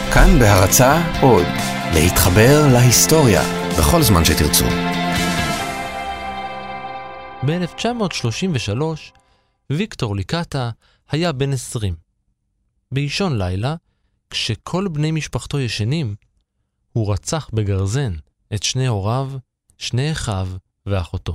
כאן בהרצאה עוד, להתחבר להיסטוריה בכל זמן שתרצו. ב-1933 ויקטור ליקטה היה בן 20. באישון לילה, כשכל בני משפחתו ישנים, הוא רצח בגרזן את שני הוריו, שני אחיו ואחותו.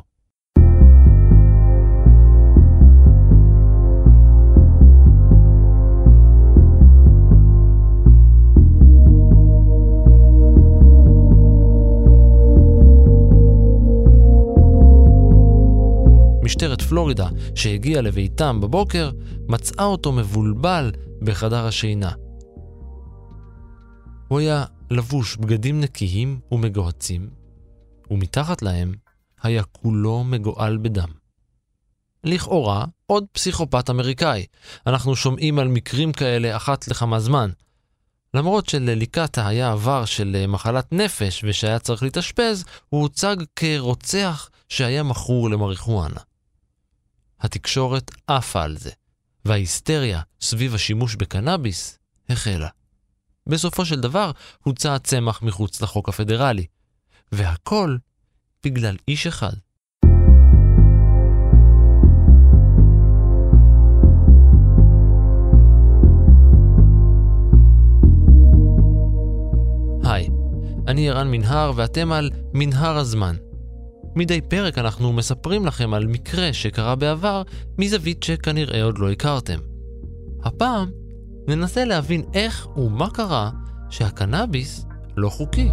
משטרת פלורידה שהגיעה לביתם בבוקר מצאה אותו מבולבל בחדר השינה. הוא היה לבוש בגדים נקיים ומגוהצים, ומתחת להם היה כולו מגועל בדם. לכאורה עוד פסיכופת אמריקאי. אנחנו שומעים על מקרים כאלה אחת לכמה זמן. למרות שלליקטה היה עבר של מחלת נפש ושהיה צריך להתאשפז, הוא הוצג כרוצח שהיה מכור למריחואנה. התקשורת עפה על זה, וההיסטריה סביב השימוש בקנאביס החלה. בסופו של דבר הוצא הצמח מחוץ לחוק הפדרלי, והכל בגלל איש אחד. היי, אני ערן מנהר ואתם על מנהר הזמן. מדי פרק אנחנו מספרים לכם על מקרה שקרה בעבר מזווית שכנראה עוד לא הכרתם. הפעם ננסה להבין איך ומה קרה שהקנאביס לא חוקי.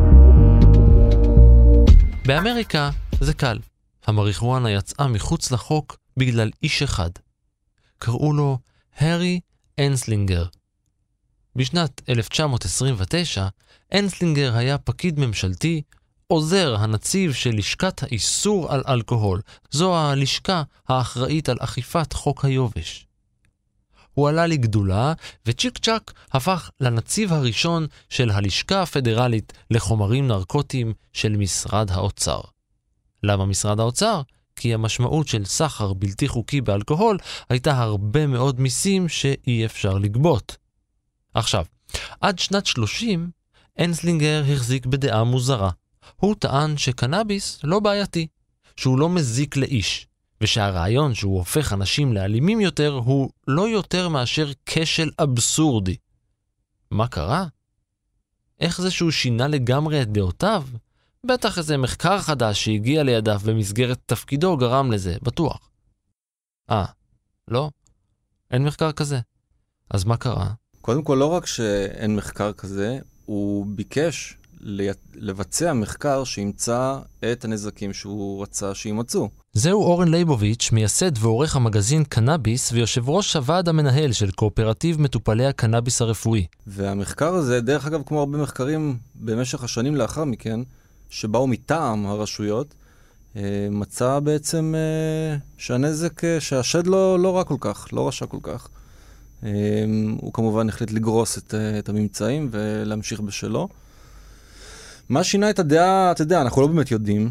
באמריקה זה קל. המריחואנה יצאה מחוץ לחוק בגלל איש אחד. קראו לו הרי אנסלינגר. בשנת 1929 אנסלינגר היה פקיד ממשלתי, עוזר הנציב של לשכת האיסור על אלכוהול. זו הלשכה האחראית על אכיפת חוק היובש. הוא עלה לגדולה, וצ'יק צ'ק הפך לנציב הראשון של הלשכה הפדרלית לחומרים נרקוטיים של משרד האוצר. למה משרד האוצר? כי המשמעות של סחר בלתי חוקי באלכוהול הייתה הרבה מאוד מיסים שאי אפשר לגבות. עכשיו, עד שנת 30, אנסלינגר החזיק בדעה מוזרה. הוא טען שקנאביס לא בעייתי, שהוא לא מזיק לאיש, ושהרעיון שהוא הופך אנשים לאלימים יותר הוא לא יותר מאשר כשל אבסורדי. מה קרה? איך זה שהוא שינה לגמרי את דעותיו? בטח איזה מחקר חדש שהגיע לידיו במסגרת תפקידו גרם לזה, בטוח. לא? אין מחקר כזה. אז מה קרה? קודם כל, לא רק שאין מחקר כזה, הוא ביקש לבצע מחקר שימצא את הנזקים שהוא רצה שימצאו. זהו אורן ליבוביץ', מייסד ועורך המגזין קנאביס ויושב ראש הוועד המנהל של קואופרטיב מטופלי הקנאביס הרפואי. והמחקר הזה, דרך אגב, כמו הרבה מחקרים במשך השנים לאחר מכן, שבאו מטעם הרשויות, מצא בעצם שהנזק, שהשד לא רע כל כך, לא רשע כל כך. הוא כמובן החליט לגרוס את הממצאים ולהמשיך בשלו. מה שינה את הדעה, אתה יודע, אנחנו לא באמת יודעים.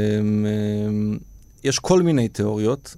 יש כל מיני תיאוריות.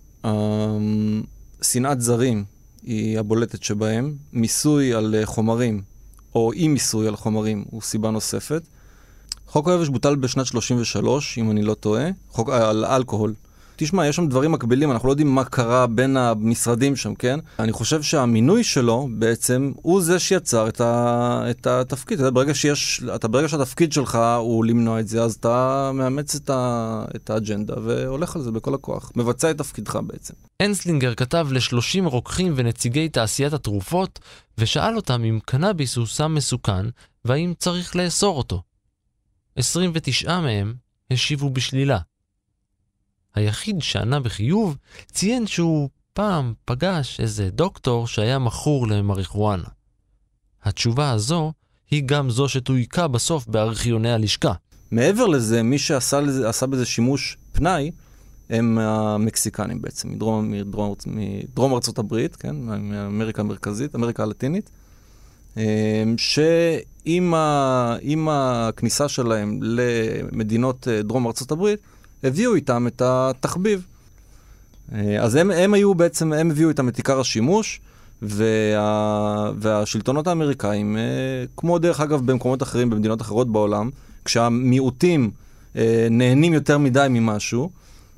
שנאת זרים היא הבולטת שבהם. מיסוי על חומרים, או אי מיסוי על חומרים, הוא סיבה נוספת. חוק היובש בוטל בשנת 33, אם אני לא טועה. חוק על אלכוהול. תשמע, יש שם דברים מקבילים, אנחנו לא יודעים מה קרה בין המשרדים שם, כן? אני חושב שהמינוי שלו בעצם הוא זה שיצר את התפקיד. ברגע שהתפקיד שלך הוא למנוע את זה, אז אתה מאמץ את האג'נדה והולך על זה בכל הכוח. מבצע את תפקידך בעצם. אנסלינגר כתב ל30 רוקחים ונציגי תעשיית התרופות, ושאל אותם אם קנאביס הוא סם מסוכן, והאם צריך לאסור אותו. 29 מהם השיבו בשלילה. היחיד שענה בחיוב ציין שהוא פעם פגש איזה דוקטור שהיה מכור למריחואנה. התשובה הזו היא גם זו שתויקה בסוף בארכיוני הלשכה. מעבר לזה, מי שעשה בזה שימוש פנאי, הם המקסיקנים בעצם, מדרום ארצות הברית, כן? מאמריקה המרכזית, אמריקה הלטינית, שעם הכניסה שלהם למדינות דרום ארצות הברית, הביאו איתם את התחביב. אז הם הביאו איתם את עיקר השימוש, והשלטונות האמריקאים, כמו דרך אגב במקומות אחרים, במדינות אחרות בעולם, כשהמיעוטים נהנים יותר מדי ממשהו,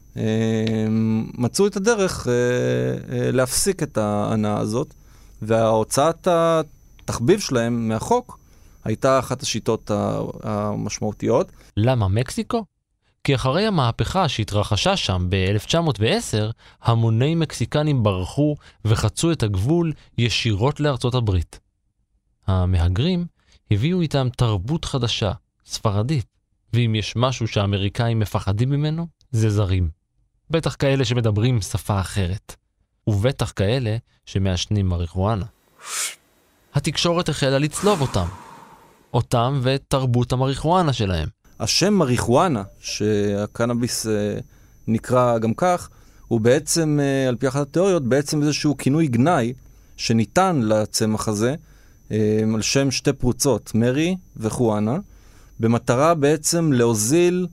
מצאו את הדרך להפסיק את ההנאה הזאת, וההוצאת התחביב שלהם מהחוק הייתה אחת השיטות המשמעותיות. למה מקסיקו? כי אחרי המהפכה שהתרחשה שם ב-1910, המוני מקסיקנים ברחו וחצו את הגבול ישירות לארצות הברית. המהגרים הביאו איתם תרבות חדשה, ספרדית, ואם יש משהו שהאמריקאים מפחדים ממנו, זה זרים. בטח כאלה שמדברים שפה אחרת, ובטח כאלה שמעשנים מריחואנה. התקשורת החלה לצלוב אותם ואת תרבות המריחואנה שלהם. השם מריחואנה, שהקנאביס נקרא גם כך, הוא בעצם, על פי אחת התיאוריות, בעצם איזשהו כינוי גנאי שניתן לצמח הזה, על שם שתי פרוצות, מרי וחואנה, במטרה בעצם להוזיל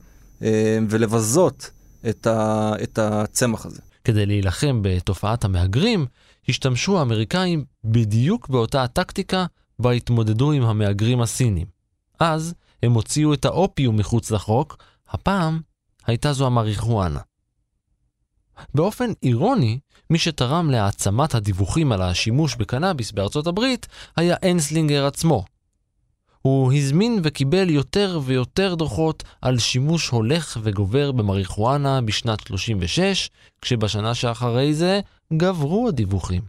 ולבזות את הצמח הזה. כדי להילחם בתופעת המהגרים, השתמשו האמריקאים בדיוק באותה הטקטיקה בה התמודדו עם המהגרים הסינים. אז הם הוציאו את האופיום מחוץ לחוק, הפעם הייתה זו המריחואנה. באופן אירוני, מי שתרם להעצמת הדיווחים על השימוש בקנאביס בארצות הברית היה אנסלינגר עצמו. הוא הזמין וקיבל יותר ויותר דוחות על שימוש הולך וגובר במריחואנה בשנת 36, כשבשנה שאחרי זה גברו הדיווחים.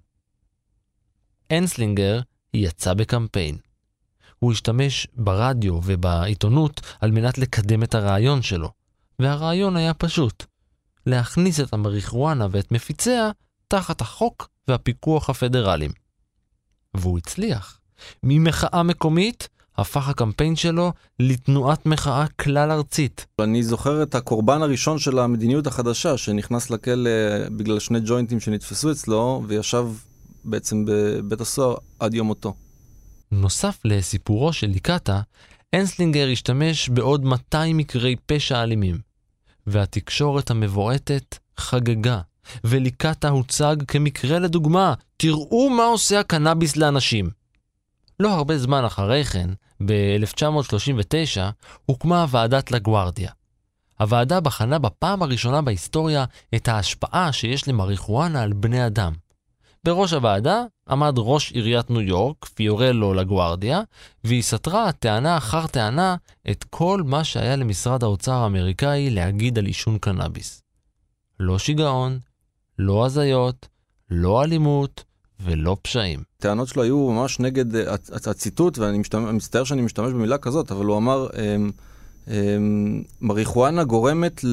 אנסלינגר יצא בקמפיין. הוא השתמש ברדיו ובעיתונות על מנת לקדם את הרעיון שלו, והרעיון היה פשוט, להכניס את המריחואנה ואת מפיציה תחת החוק והפיקוח הפדרליים. והוא הצליח. ממחאה מקומית הפך הקמפיין שלו לתנועת מחאה כלל ארצית. אני זוכר את הקורבן הראשון של המדיניות החדשה, שנכנס לכלא בגלל 2 ג'וינטים שנתפסו אצלו, וישב בעצם בבית הסוהר עד יום מותו. נוסף לסיפורו של ליקטה, אנסלינגר השתמש בעוד 200 מקרי פשע אלימים, והתקשורת המבועטת חגגה, וליקטה הוצג כמקרה לדוגמה, תראו מה עושה הקנאביס לאנשים. לא הרבה זמן אחרי כן, ב-1939, הוקמה ועדת לגוארדיה. הוועדה בחנה בפעם הראשונה בהיסטוריה את ההשפעה שיש למריחואנה על בני אדם. בראש הוועדה עמד ראש עיריית ניו יורק, פיורלו לגוארדיה, והיא סתרה טענה אחר טענה את כל מה שהיה למשרד האוצר האמריקאי להגיד על עישון קנאביס. לא שיגעון, לא הזיות, לא אלימות ולא פשעים. הטענות שלו היו ממש נגד הציטוט, ואני מצטער שאני משתמש במילה כזאת, אבל הוא אמר, מריחואנה גורמת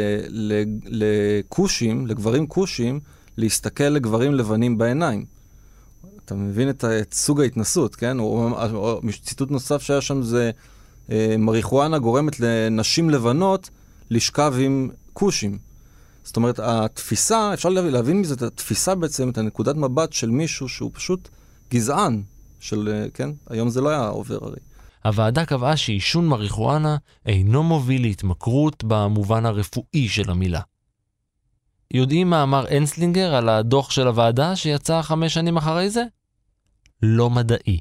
לקושים, לגברים קושים, להסתכל לגברים לבנים בעיניים. אתה מבין את סוג ההתנסות, כן? ציטוט נוסף שהיה שם זה, מריחואנה גורמת לנשים לבנות לשכב עם קושים. זאת אומרת, התפיסה, אפשר להבין מזה, את התפיסה בעצם, את הנקודת מבט של מישהו שהוא פשוט גזען, כן? היום זה לא היה עובר הרי. הוועדה קבעה שעישון מריחואנה אינו מוביל להתמכרות במובן הרפואי של המילה. יודעים מה אמר אנסלינגר על הדוח של הוועדה שיצא 5 שנים אחרי זה? לא מדעי.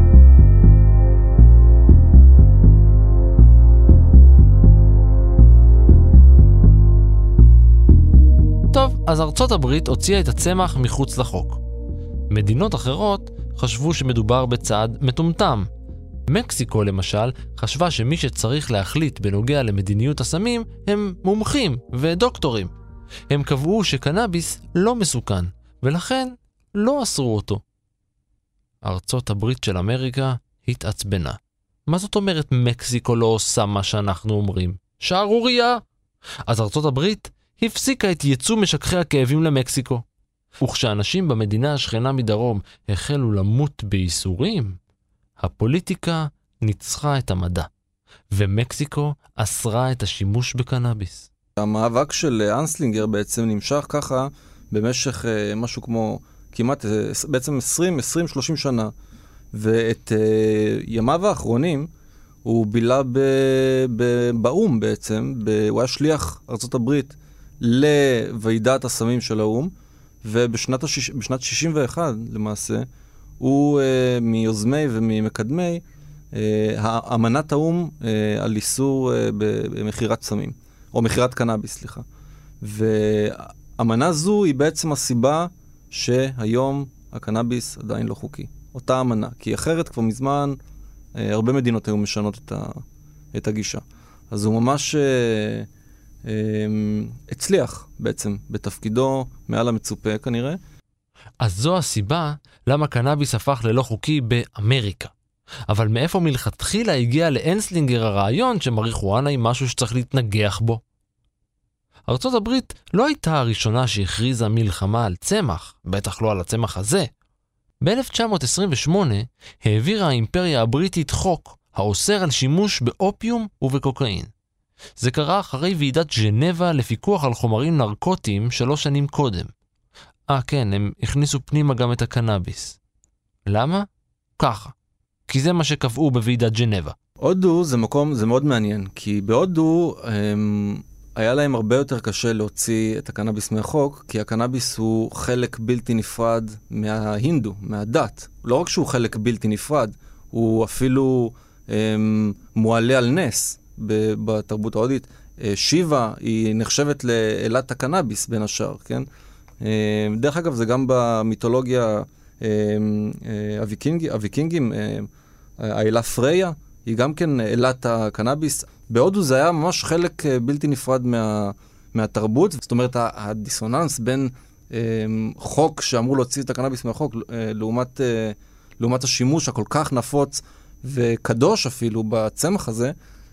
טוב, אז ארצות הברית הוציאה את הצמח מחוץ לחוק. מדינות אחרות חשבו שמדובר בצעד מטומטם. מקסיקו למשל חשבה שמי שצריך להחליט בנוגע למדיניות הסמים הם מומחים ודוקטורים. הם קבעו שקנאביס לא מסוכן, ולכן לא אסרו אותו. ארצות הברית של אמריקה התעצבנה. מה זאת אומרת מקסיקו לא עושה מה שאנחנו אומרים? שערוריה! אז ארצות הברית הפסיקה את ייצוא משככי הכאבים למקסיקו. וכשאנשים במדינה השכנה מדרום החלו למות בייסורים, הפוליטיקה ניצחה את המדע, ומקסיקו אסרה את השימוש בקנאביס. המאבק של אנסלינגר בעצם נמשך ככה במשך משהו כמו כמעט בעצם 20-30 שנה, ואת ימיו האחרונים הוא בילה באום בעצם, הוא היה שליח ארצות הברית לוועידת הסמים של האום, ובשנת 61 למעשה, הוא מיוזמי וממקדמי אמנת האום על איסור במחירת סמים, או מחירת קנאביס, סליחה. ואמנה זו היא בעצם הסיבה שהיום הקנאביס עדיין לא חוקי. אותה אמנה, כי אחרת כבר מזמן הרבה מדינות היו משנות את הגישה. אז הוא ממש הצליח בעצם בתפקידו מעל המצופה כנראה. אז זו הסיבה למה קנאביס הפך ללא חוקי באמריקה. אבל מאיפה מלכתחילה הגיע לאנסלינגר הרעיון שמריחואנה היא משהו שצריך להתנגח בו? ארצות הברית לא הייתה הראשונה שהכריזה מלחמה על צמח, בטח לא על הצמח הזה. ב-1928 העבירה האימפריה הבריטית חוק האוסר על שימוש באופיום ובקוקאין. זה קרה אחרי ועידת ז'נבה לפיקוח על חומרים נרקוטיים 3 שנים קודם. כן, הם הכניסו פנימה גם את הקנאביס. למה? ככה. כי זה מה שקבעו בוועידת ז'נבה. הודו זה מאוד מעניין, כי בהודו היה להם הרבה יותר קשה להוציא את הקנאביס מהחוק, כי הקנאביס הוא חלק בלתי נפרד מההינדו, מהדת. לא רק שהוא חלק בלתי נפרד, הוא אפילו מועלה על נס בתרבות ההודית. שיבה היא נחשבת לאלת הקנאביס בין השאר, כן? דרך אגב, זה גם במיתולוגיה הוויקינגים, האלה פריה, היא גם כן אלת הקנאביס. בהודו זה היה ממש חלק בלתי נפרד מהתרבות, זאת אומרת, הדיסוננס בין חוק שאמור להוציא את הקנאביס מהחוק, לעומת השימוש הכל כך נפוץ וקדוש אפילו בצמח הזה,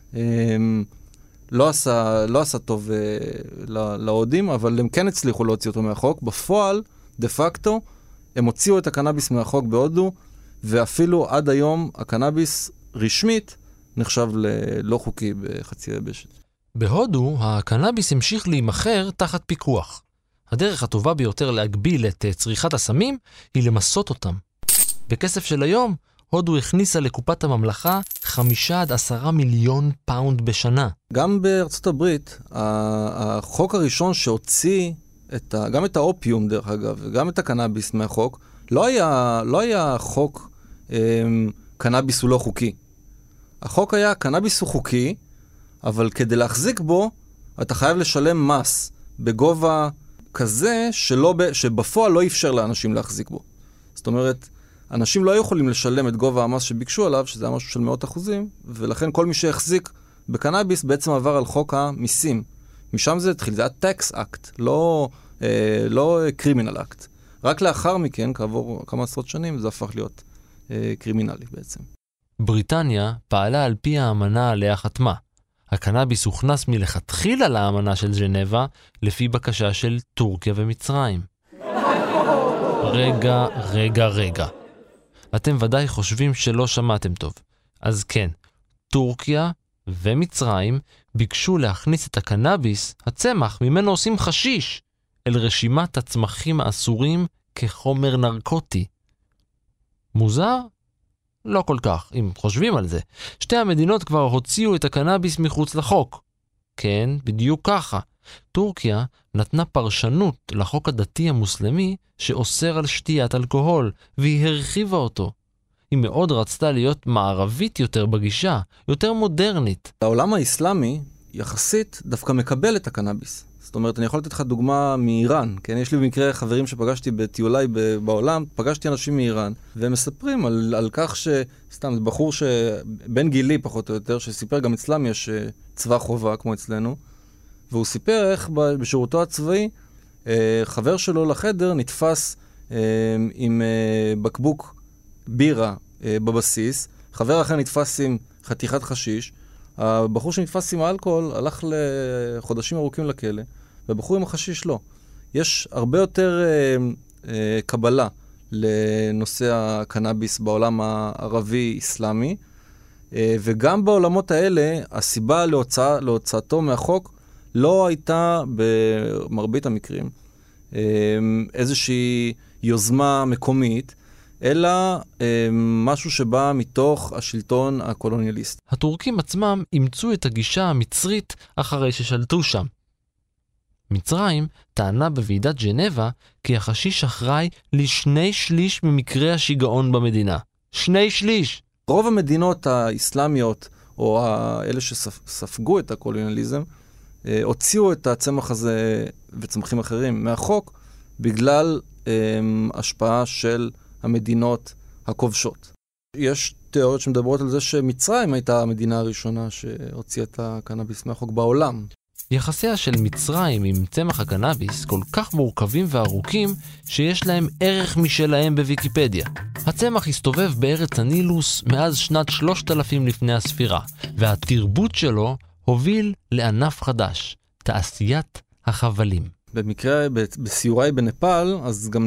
לא עשה טוב להודים, אבל הם כן הצליחו להוציא אותו מהחוק. בפועל, דה פקטו, הם הוציאו את הקנאביס מהחוק בהודו, ואפילו עד היום הקנאביס רשמית נחשב ללא חוקי בחצי היבשת. בהודו הקנאביס המשיך להימכר תחת פיקוח. הדרך הטובה ביותר להגביל את צריכת הסמים היא למסות אותם. בכסף של היום, הודו הכניסה לקופת הממלכה 5-10 מיליון פאונד בשנה. גם בארצות הברית, החוק הראשון שהוציא גם את האופיום דרך אגב, וגם את הקנאביס מהחוק, לא היה חוק קנאביס הוא לא חוקי. החוק היה קנאביס הוא חוקי, אבל כדי להחזיק בו, אתה חייב לשלם מס בגובה כזה שבפועל לא אפשר לאנשים להחזיק בו. זאת אומרת, אנשים לא יכולים לשלם את גובה המס שביקשו עליו, שזה היה משהו של 100%, ולכן כל מי שהחזיק בקנאביס בעצם עבר על חוק המיסים. משם זה התחיל, זה היה tax act, לא criminal act. רק לאחר מכן, כעבור כמה עשרות שנים, זה הפך להיות קרימינלי בעצם. בריטניה פעלה על פי האמנה עליה חתמה. הקנאביס הוכנס מלכתחילה לאמנה של ז'נבה, לפי בקשה של טורקיה ומצרים. רגע. אתם ודאי חושבים שלא שמעתם טוב. אז כן, טורקיה ומצרים ביקשו להכניס את הקנאביס, הצמח, ממנו עושים חשיש, אל רשימת הצמחים האסורים כחומר נרקוטי. מוזר? לא כל כך, אם חושבים על זה. שתי המדינות כבר הוציאו את הקנאביס מחוץ לחוק. כן, בדיוק ככה. טורקיה נתנה פרשנות לחוק הדתי המוסלמי שאוסר על שתיית אלכוהול, והיא הרחיבה אותו. היא מאוד רצתה להיות מערבית יותר בגישה, יותר מודרנית. העולם האסלאמי יחסית דווקא מקבל את הקנאביס. זאת אומרת, אני יכול לתת לך דוגמה מאיראן, כן? יש לי במקרה חברים שפגשתי בטיולי בעולם, פגשתי אנשים מאיראן, והם מספרים על כך סתם, זה בחור שבן גילי פחות או יותר, שסיפר גם אצלם יש צבא חובה כמו אצלנו, והוא סיפר איך בשירותו הצבאי, חבר שלו לחדר נתפס עם בקבוק בירה בבסיס, חבר אחר נתפס עם חתיכת חשיש, הבחור שנתפס עם האלכוהול הלך לחודשים ארוכים לכלא, והבחור עם החשיש לא. יש הרבה יותר קבלה לנושא הקנאביס בעולם הערבי-אסלאמי, וגם בעולמות האלה, הסיבה להוצאתו מהחוק לא הייתה במרבית המקרים איזושהי יוזמה מקומית, אלא משהו שבא מתוך השלטון הקולוניאליסט. הטורקים עצמם אימצו את הגישה המצרית אחרי ששלטו שם. מצרים טענה בוועידת ג'נבה כי החשיש אחראי ל2/3 ממקרי השיגעון במדינה. 2/3! רוב המדינות האסלאמיות, או אלה שספגו את הקולוניאליזם, הוציאו את הצמח הזה וצמחים אחרים מהחוק, בגלל השפעה של המדינות הכובשות. יש תיאוריות שמדברות על זה שמצרים הייתה המדינה הראשונה שהוציאה את הקנאביס מהחוק בעולם. יחסיה של מצרים עם צמח הקנאביס כל כך מורכבים וארוכים שיש להם ערך משלהם בוויקיפדיה. הצמח הסתובב בארץ הנילוס מאז שנת 3000 לפני הספירה, והתרבות שלו הוביל לענף חדש, תעשיית החבלים. במקרה, בסיוריי בנפאל, אז גם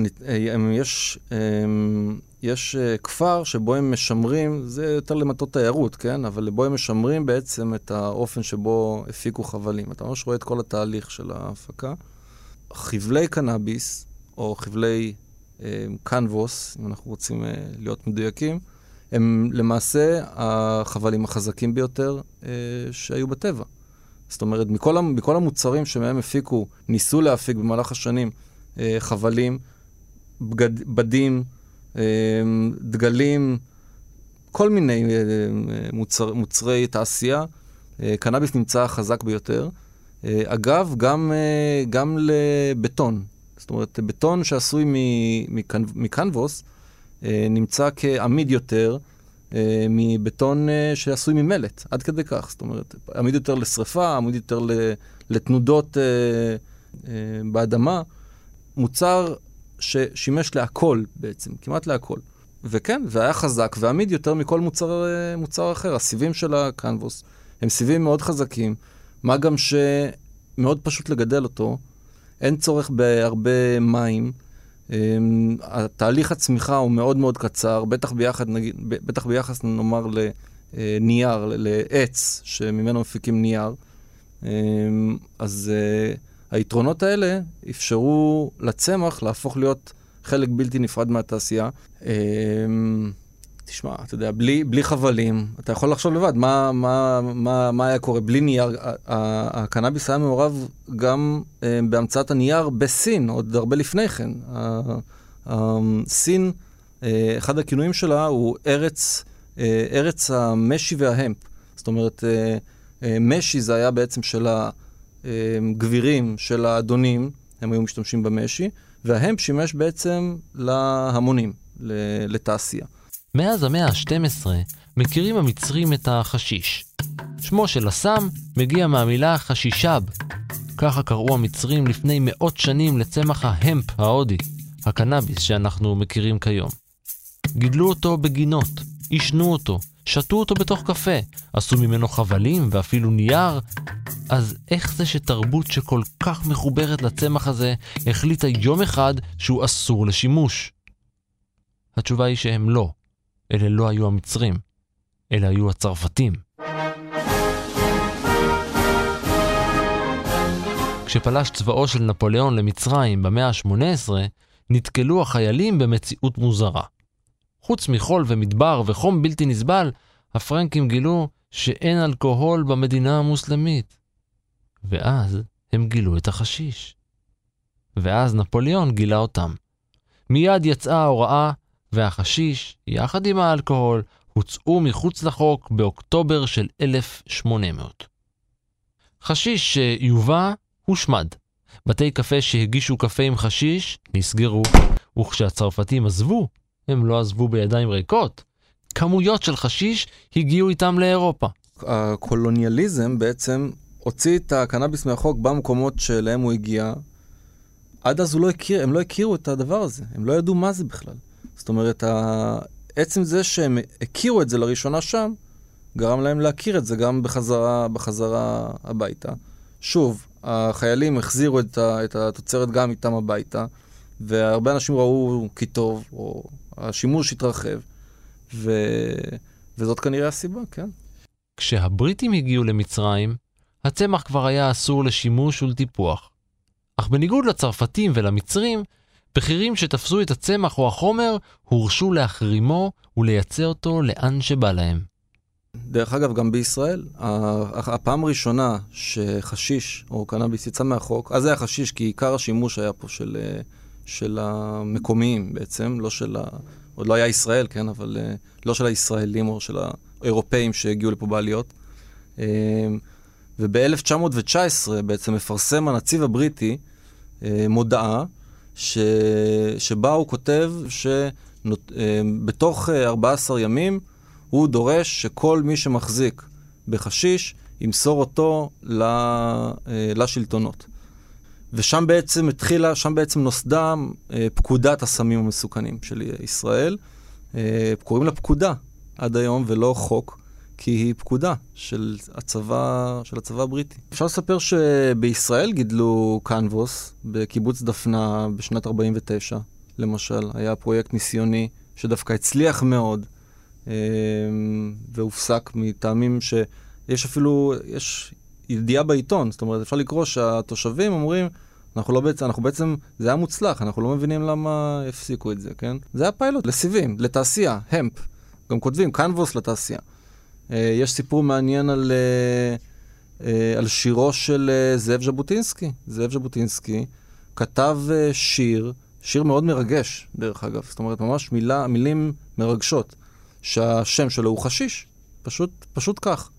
יש כפר שבו הם משמרים, זה יותר למטות תיירות, כן? אבל בו הם משמרים בעצם את האופן שבו הפיקו חבלים. אתה ממש רואה את כל התהליך של ההפקה. חבלי קנאביס, או חבלי קנבוס, אם אנחנו רוצים להיות מדויקים, הם למעשה החבלים החזקים ביותר שהיו בטבע. זאת אומרת, מכל המוצרים שמהם הפיקו, ניסו להפיק במהלך השנים, חבלים, בדים, דגלים, כל מיני מוצרי תעשייה, קנאביס נמצא חזק ביותר. אגב, גם לבטון. זאת אומרת, בטון שעשוי מקנבוס, נמצא כעמיד יותר, מבטון שעשוי ממלט, עד כדי כך. זאת אומרת, עמיד יותר לשריפה, עמיד יותר לתנודות באדמה. מוצר ששימש להכל בעצם, כמעט להכל. וכן, והיה חזק ועמיד יותר מכל מוצר אחר. הסיבים של הקנבוס הם סיבים מאוד חזקים, מה גם שמאוד פשוט לגדל אותו, אין צורך בהרבה מים, התהליך הצמיחה הוא מאוד מאוד קצר, בטח ביחס נאמר לנייר, לעץ שממנו מפיקים נייר. אז היתרונות האלה אפשרו לצמח להפוך להיות חלק בלתי נפרד מהתעשייה. תשמע, אתה יודע, בלי חבלים, אתה יכול לחשוב לבד, מה היה קורה? בלי נייר, הקנאביס היה מעורב גם בהמצאת הנייר בסין, עוד הרבה לפני כן. סין, אחד הכינויים שלה הוא ארץ המשי וההמפ. זאת אומרת, משי זה היה בעצם של הגבירים, של האדונים, הם היו משתמשים במשי, וההמפ שימש בעצם להמונים, לתעשייה. מאז המאה ה-12 מכירים המצרים את החשיש. שמו של הסם מגיע מהמילה חשישב. ככה קראו המצרים לפני מאות שנים לצמח ההמפ ההודי, הקנאביס שאנחנו מכירים כיום. גידלו אותו בגינות, ישנו אותו, שתו אותו בתוך קפה, עשו ממנו חבלים ואפילו נייר. אז איך זה שתרבות שכל כך מחוברת לצמח הזה החליטה יום אחד שהוא אסור לשימוש? התשובה היא שהם לא. אלה לא היו המצרים, אלה היו הצרפתים. כשפלש צבאו של נפוליאון למצרים במאה ה-18, נתקלו החיילים במציאות מוזרה. חוץ מחול ומדבר וחום בלתי נסבל, הפרנקים גילו שאין אלכוהול במדינה המוסלמית. ואז הם גילו את החשיש. ואז נפוליאון גילה אותם. מיד יצאה ההוראה, והחשיש, יחד עם האלכוהול, הוצאו מחוץ לחוק באוקטובר של 1800. חשיש שיובא הושמד. בתי קפה שהגישו קפה עם חשיש נסגרו, וכשהצרפתים עזבו, הם לא עזבו בידיים ריקות. כמויות של חשיש הגיעו איתם לאירופה. הקולוניאליזם בעצם הוציא את הקנאביס מהחוק במקומות שאליהם הוא הגיע. עד אז הם לא הכירו את הדבר הזה, הם לא ידעו מה זה בכלל. זאת אומרת, עצם זה שהם הכירו את זה לראשונה שם, גרם להם להכיר את זה גם בחזרה הביתה. שוב, החיילים החזירו את התוצרת גם איתם הביתה, והרבה אנשים ראו כי טוב, או השימוש התרחב, וזאת כנראה הסיבה, כן. כשהבריטים הגיעו למצרים, הצמח כבר היה אסור לשימוש ולטיפוח. אך בניגוד לצרפתים ולמצרים, בכירים שתפסו את הצמח או החומר, הורשו להחרימו ולייצא אותו לאן שבא להם. דרך אגב, גם בישראל, הפעם הראשונה שחשיש או קנאביס יצא מהחוק, אז זה היה חשיש כי עיקר השימוש היה פה של המקומיים בעצם, עוד לא היה ישראל, כן, אבל לא של הישראלים או של האירופאים שהגיעו לפה בעליות. וב-1919 בעצם מפרסם הנציב הבריטי מודעה שבה הוא כותב שבתוך 14 ימים הוא דורש שכל מי שמחזיק בחשיש ימסור אותו לשלטונות. ושם בעצם נוסדה פקודת הסמים המסוכנים של ישראל. קוראים לה פקודה עד היום ולא חוק, כי היא פקודה של הצבא הבריטי. אפשר לספר שבישראל גידלו קנבוס בקיבוץ דפנה בשנת 49, למשל. היה פרויקט ניסיוני שדווקא הצליח מאוד, והופסק מטעמים יש ידיעה בעיתון, זאת אומרת, אפשר לקרוא שהתושבים אומרים, אנחנו בעצם, זה היה מוצלח, אנחנו לא מבינים למה הפסיקו את זה, כן? זה היה פיילוט לסיבים, לתעשייה, המפ. גם כותבים, קנבוס לתעשייה. יש סיפור מעניין על שירו של זאב ז'בוטינסקי. זאב ז'בוטינסקי כתב שיר מאוד מרגש, דרך אגב. זאת אומרת, ממש מילים מרגשות, שהשם שלו הוא חשיש. פשוט כך.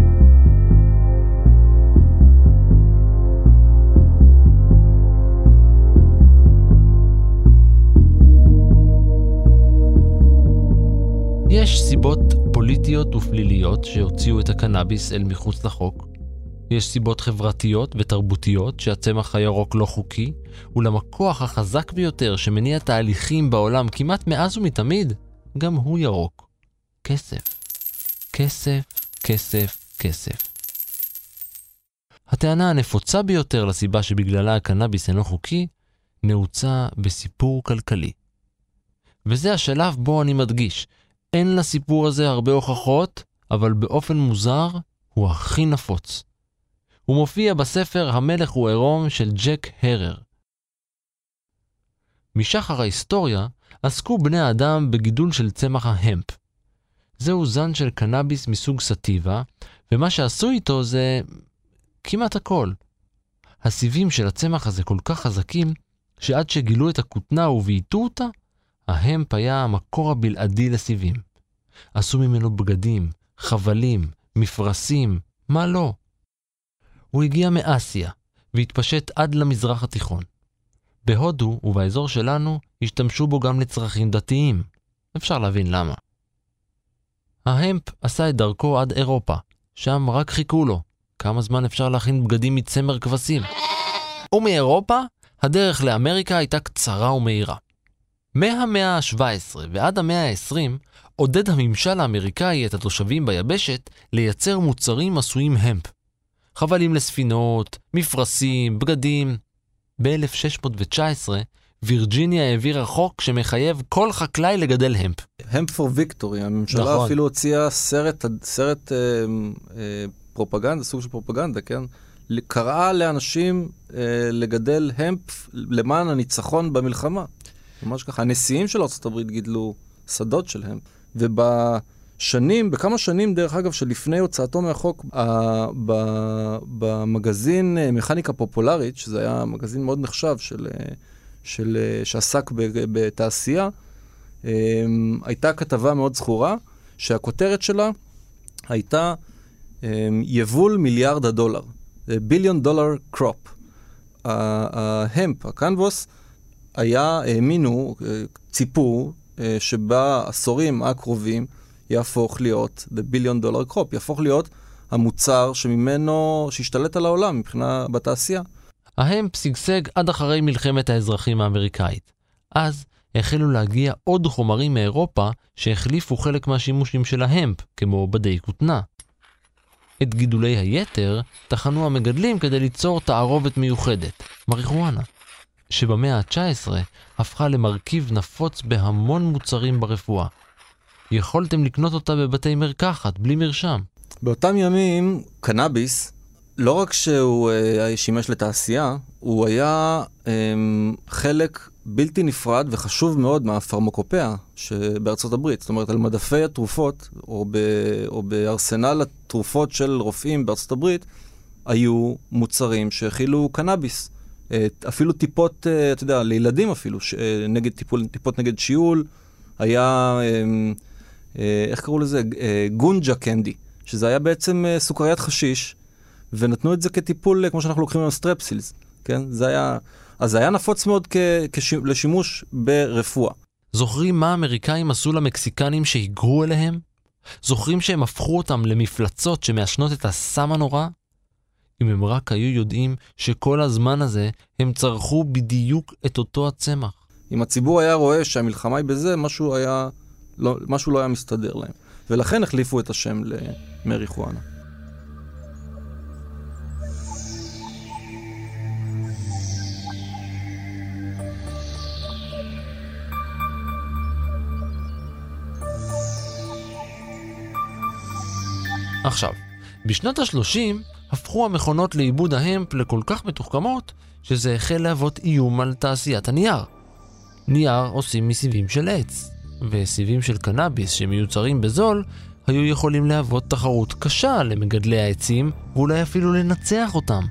יש סיבות פוליטיות ופליליות שהוציאו את הקנאביס אל מחוץ לחוק. יש סיבות חברתיות ותרבותיות שהצמח הירוק לא חוקי, אולם הכוח החזק ביותר שמניע תהליכים בעולם כמעט מאז ומתמיד, גם הוא ירוק. כסף. כסף, כסף, כסף. הטענה הנפוצה ביותר לסיבה שבגללה הקנאביס אינו חוקי, נעוצה בסיפור כלכלי. וזה השלב בו אני מדגיש, אין לסיפור הזה הרבה הוכחות, אבל באופן מוזר הוא הכי נפוץ. הוא מופיע בספר המלך הוא עירום של ג'ק הרר. משחר ההיסטוריה עסקו בני האדם בגידול של צמח ההמפ. זהו זן של קנאביס מסוג סטיבה, ומה שעשו איתו זה כמעט הכל. הסיבים של הצמח הזה כל כך חזקים, שעד שגילו את הכותנה ובייתו אותה, ההמפ היה המקור הבלעדי לסיבים. עשו ממנו בגדים, חבלים, מפרסים, מה לא. הוא הגיע מאסיה והתפשט עד למזרח התיכון. בהודו ובאזור שלנו השתמשו בו גם לצרכים דתיים. אפשר להבין למה. ההמפ עשה את דרכו עד אירופה, שם רק חיכו לו. כמה זמן אפשר להכין בגדים מצמר כבשים? ומאירופה הדרך לאמריקה הייתה קצרה ומהירה. מהמאה ה-17 ועד המאה ה-20 עודד הממשל האמריקאי את התושבים ביבשת לייצר מוצרים עשויים המפ. חבלים לספינות, מפרסים, בגדים. ב-1619 וירג'יניה העבירה חוק שמחייב כל חקלאי לגדל המפ. המפ פור ויקטורי, הממשלה נכון. אפילו הוציאה סרט פרופגנדה, סוג של פרופגנדה, כן? קראה לאנשים לגדל המפ למען הניצחון במלחמה. ממש ככה, הנשיאים של ארצות הברית גידלו שדות שלהם, בכמה שנים, דרך אגב, שלפני הוצאתו מהחוק, במגזין מכניקה פופולרית, שזה היה מגזין מאוד נחשב שעסק בתעשייה, הייתה כתבה מאוד זכורה, שהכותרת שלה הייתה יבול $1 מיליארד, $1 billion crop. ההמפ, הקנבוס, ציפו שבעשורים הקרובים יהפוך להיות the $1 billion crop, יהפוך להיות המוצר שהשתלט על העולם מבחינה בתעשייה. ההמפ שגשג עד אחרי מלחמת האזרחים האמריקאית. אז החלו להגיע עוד חומרים מאירופה שהחליפו חלק מהשימושים של ההמפ, כמו בדי כותנה. את גידולי היתר תחנו המגדלים כדי ליצור תערובת מיוחדת, מריחואנה, שבמאה ה-19 הפכה למרכיב נפוץ בהמון מוצרים ברפואה. יכולתם לקנות אותה בבתי מרקחת, בלי מרשם. באותם ימים, קנאביס לא רק שהוא שימש לתעשייה, הוא היה חלק בלתי נפרד וחשוב מאוד מהפרמקופיה שבארצות הברית. זאת אומרת, על מדפי התרופות, או בארסנל התרופות של רופאים בארצות הברית, היו מוצרים שהכילו קנאביס. אפילו טיפות, אתה יודע, לילדים אפילו, טיפות נגד שיעול, היה, איך קראו לזה? גונג'ה קנדי, שזה היה בעצם סוכריית חשיש, ונתנו את זה כטיפול, כמו שאנחנו לוקחים עם סטרפסילס, כן? אז זה היה נפוץ מאוד לשימוש ברפואה. זוכרים מה האמריקאים עשו למקסיקנים שהיגרו אליהם? זוכרים שהם הפכו אותם למפלצות שמעשנות את הסם הנורא? אם הם רק היו יודעים שכל הזמן הזה הם צרכו בדיוק את אותו הצמח. אם הציבור היה רואה שהמלחמה היא בזה, משהו לא היה מסתדר להם. ולכן החליפו את השם למריחואנה. עכשיו, בשנות ה-30 הפכו המכונות לעיבוד ההמפ לכל כך מתוחכמות, שזה החל להוות איום על תעשיית הנייר. נייר עושים מסיבים של עץ, וסיבים של קנאביס שמיוצרים בזול, היו יכולים להוות תחרות קשה למגדלי העצים, ואולי אפילו לנצח אותם.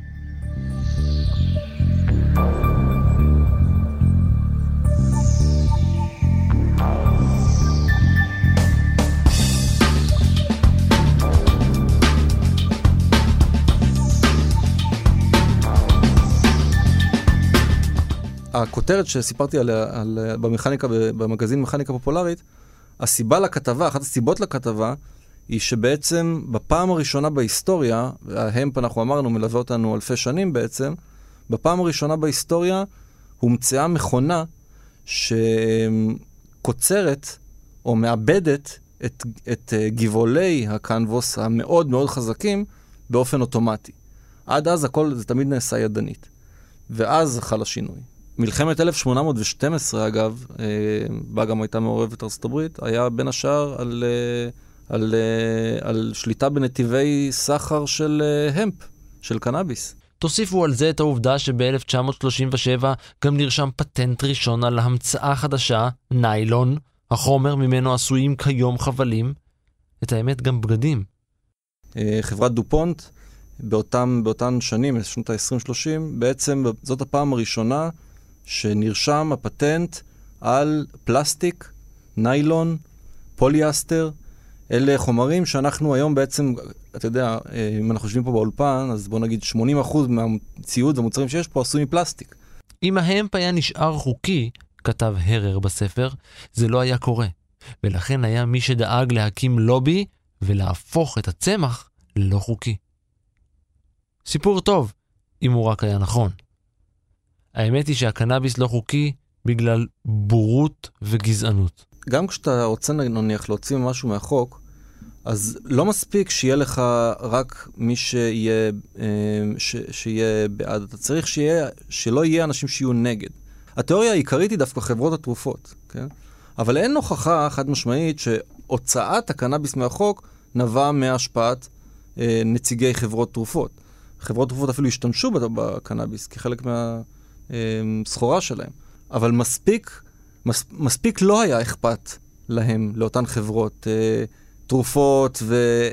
הכותרת שסיפרתי על במכניקה, במגזין מכניקה פופולרית, אחת הסיבות לכתבה, היא שבעצם בפעם הראשונה בהיסטוריה, ההמפ אנחנו אמרנו מלווה אותנו אלפי שנים בעצם, בפעם הראשונה בהיסטוריה הומצאה מכונה שקוצרת או מאבדת את גבעולי הקנבוס המאוד מאוד חזקים באופן אוטומטי. עד אז הכל זה תמיד נעשה ידנית. ואז חל השינוי. מלחמת 1812, אגב, בה גם הייתה מעורבת ארצות הברית, היה בין השאר על שליטה בנתיבי סחר של המפ, של קנאביס. תוסיפו על זה את העובדה שב-1937 גם נרשם פטנט ראשון על ההמצאה חדשה, ניילון, החומר ממנו עשויים כיום חבלים, את האמת גם בגדים. חברת דופונט, באותן שנים, שנות ה-20-30, בעצם זאת הפעם הראשונה שנרשם הפטנט על פלסטיק, ניילון, פוליאסטר. אלה חומרים שאנחנו היום בעצם, אתה יודע, אם אנחנו חושבים פה באולפן, אז בוא נגיד 80% מהציוד והמוצרים שיש פה עשוי מפלסטיק. אם ההמפ היה נשאר חוקי, כתב הרר בספר, זה לא היה קורה. ולכן היה מי שדאג להקים לובי ולהפוך את הצמח ללא חוקי. סיפור טוב, אם הוא רק היה נכון. האמת היא שהקנאביס לא חוקי בגלל בורות וגזענות. גם כשאתה רוצה נניח להוציא משהו מהחוק, אז לא מספיק שיהיה לך רק מי שיהיה בעד. אתה צריך שלא יהיה אנשים שיהיו נגד. התיאוריה העיקרית היא דווקא חברות התרופות, כן? אבל אין הוכחה חד משמעית שהוצאת הקנאביס מהחוק נבע מהשפעת נציגי חברות תרופות. חברות תרופות אפילו השתמשו בקנאביס כחלק מהסחורה שלהם. אבל מספיק לא היה אכפת להם, לאותן חברות, תרופות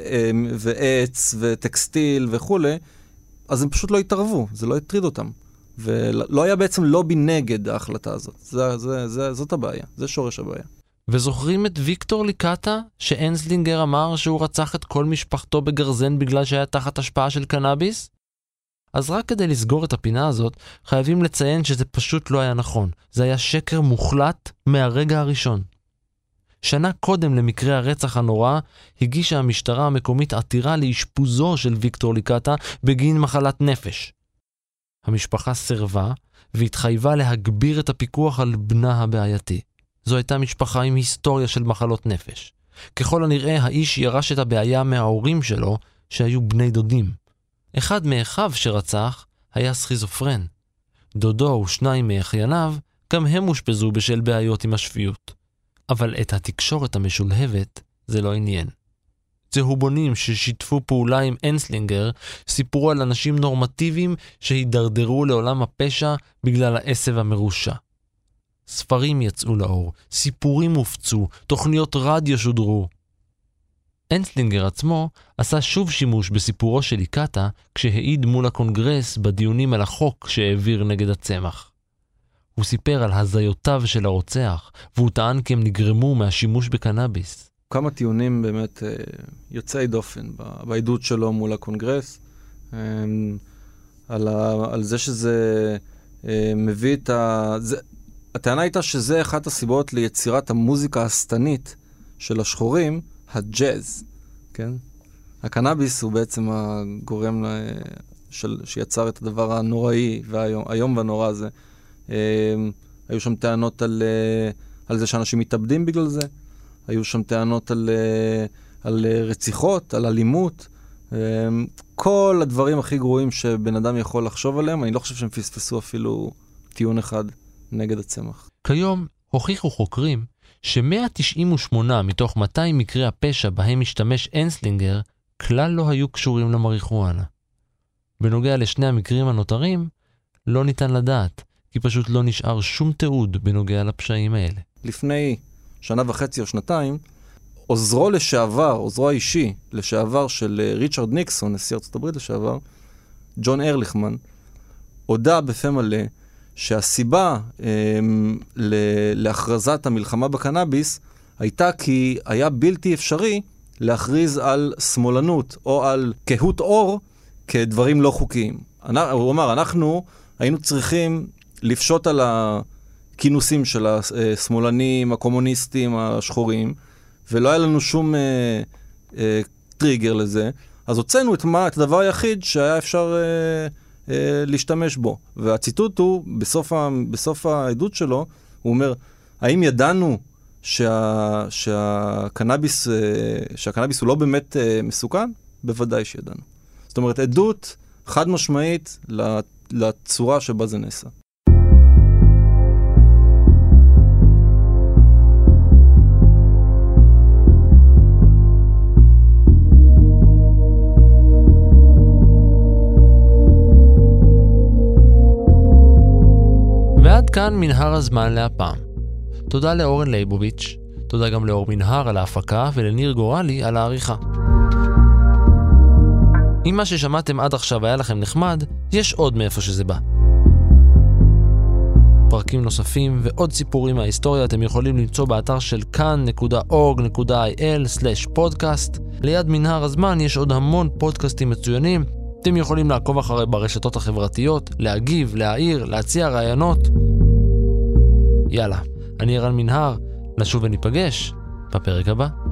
ועץ וטקסטיל וכו', אז הם פשוט לא התערבו, זה לא הטריד אותם. ולא היה בעצם לובי נגד ההחלטה הזאת. זאת הבעיה, זה שורש הבעיה. וזוכרים את ויקטור ליקטה, שאנסלינגר אמר שהוא רצח את כל משפחתו בגרזן בגלל שהיה תחת השפעה של קנאביס? אז רק כדי לסגור את הפינה הזאת, חייבים לציין שזה פשוט לא היה נכון. זה היה שקר מוחלט מהרגע הראשון. שנה קודם למקרה הרצח הנורא, הגישה המשטרה המקומית עתירה לאשפוזו של ויקטור ליקטה בגין מחלת נפש. המשפחה סרבה והתחייבה להגביר את הפיקוח על בנה הבעייתי. זו הייתה משפחה עם היסטוריה של מחלות נפש. ככל הנראה, האיש ירש את הבעיה מההורים שלו, שהיו בני דודים. אחד מאחיו שרצח היה סכיזופרן. דודו ושניים מאחייניו גם הם הושפזו בשל בעיות עם השפיות. אבל את התקשורת המשולהבת זה לא עניין. צהובונים ששיתפו פעולה עם אנסלינגר סיפרו על אנשים נורמטיביים שהידרדרו לעולם הפשע בגלל העשב המרושע. ספרים יצאו לאור, סיפורים הופצו, תוכניות רדיו שודרו. אנסלינגר עצמו עשה שוב שימוש בסיפורו של איקטה כשהעיד מול הקונגרס בדיונים על החוק שהעביר נגד הצמח. הוא סיפר על הזיותיו של הרוצח, והוא טען כי הם נגרמו מהשימוש בקנאביס. כמה טיעונים באמת יוצאי דופן בעדות שלו מול הקונגרס, על זה שזה מביא את הטענה הייתה שזה אחת הסיבות ליצירת המוזיקה השטנית של השחורים, הג'אז, כן? הקנאביס הוא בעצם הגורם שיצר את הדבר הנוראי והיום והנורא הזה. היו שם טענות על זה שאנשים מתאבדים בגלל זה, היו שם טענות על רציחות, על אלימות, כל הדברים הכי גרועים שבן אדם יכול לחשוב עליהם, אני לא חושב שהם פספסו אפילו טיעון אחד נגד הצמח. כיום הוכיחו חוקרים ש198 מתוך 200 מקרי הפשע בהם משתמש אנסלינגר כלל לא היו קשורים למריחואנה. בנוגע לשני המקרים הנותרים, לא ניתן לדעת, כי פשוט לא נשאר שום תיעוד בנוגע לפשעים האלה. לפני 1.5 או 2 עוזרו האישי לשעבר של ריצ'רד ניקסון, נשיא ארצות הברית לשעבר, ג'ון ארליכמן, הודע בפה מלא שהסיבה להכרזת המלחמה בקנאביס הייתה כי היה בלתי אפשרי להכריז על שמאלנות או על קהות אור כדברים לא חוקיים. הוא אמר, אנחנו היינו צריכים לפשוט על הכינוסים של השמאלנים, הקומוניסטים, השחורים, ולא היה לנו שום טריגר לזה, אז הוצאנו את הדבר היחיד שהיה אפשר להשתמש בו. והציטוט הוא, בסוף העדות שלו, הוא אומר, האם ידענו שהקנאביס הוא לא באמת מסוכן? בוודאי שידענו. זאת אומרת, עדות חד משמעית לצורה שבה זה נעשה. ועד כאן מנהר הזמן להפעם. תודה לאורן ליבוביץ', תודה גם לאור מנהר על ההפקה ולניר גורלי על העריכה. אם מה ששמעתם עד עכשיו היה לכם נחמד, יש עוד מאיפה שזה בא. פרקים נוספים ועוד סיפורים מההיסטוריה אתם יכולים למצוא באתר של kan.org.il/podcast. ליד מנהר הזמן יש עוד המון פודקאסטים מצוינים. אתם יכולים לעקוב אחרי ברשתות החברתיות, להגיב, להעיר, להציע רעיונות. יאללה, אני ערן מנהר, נשוב וניפגש בפרק הבא.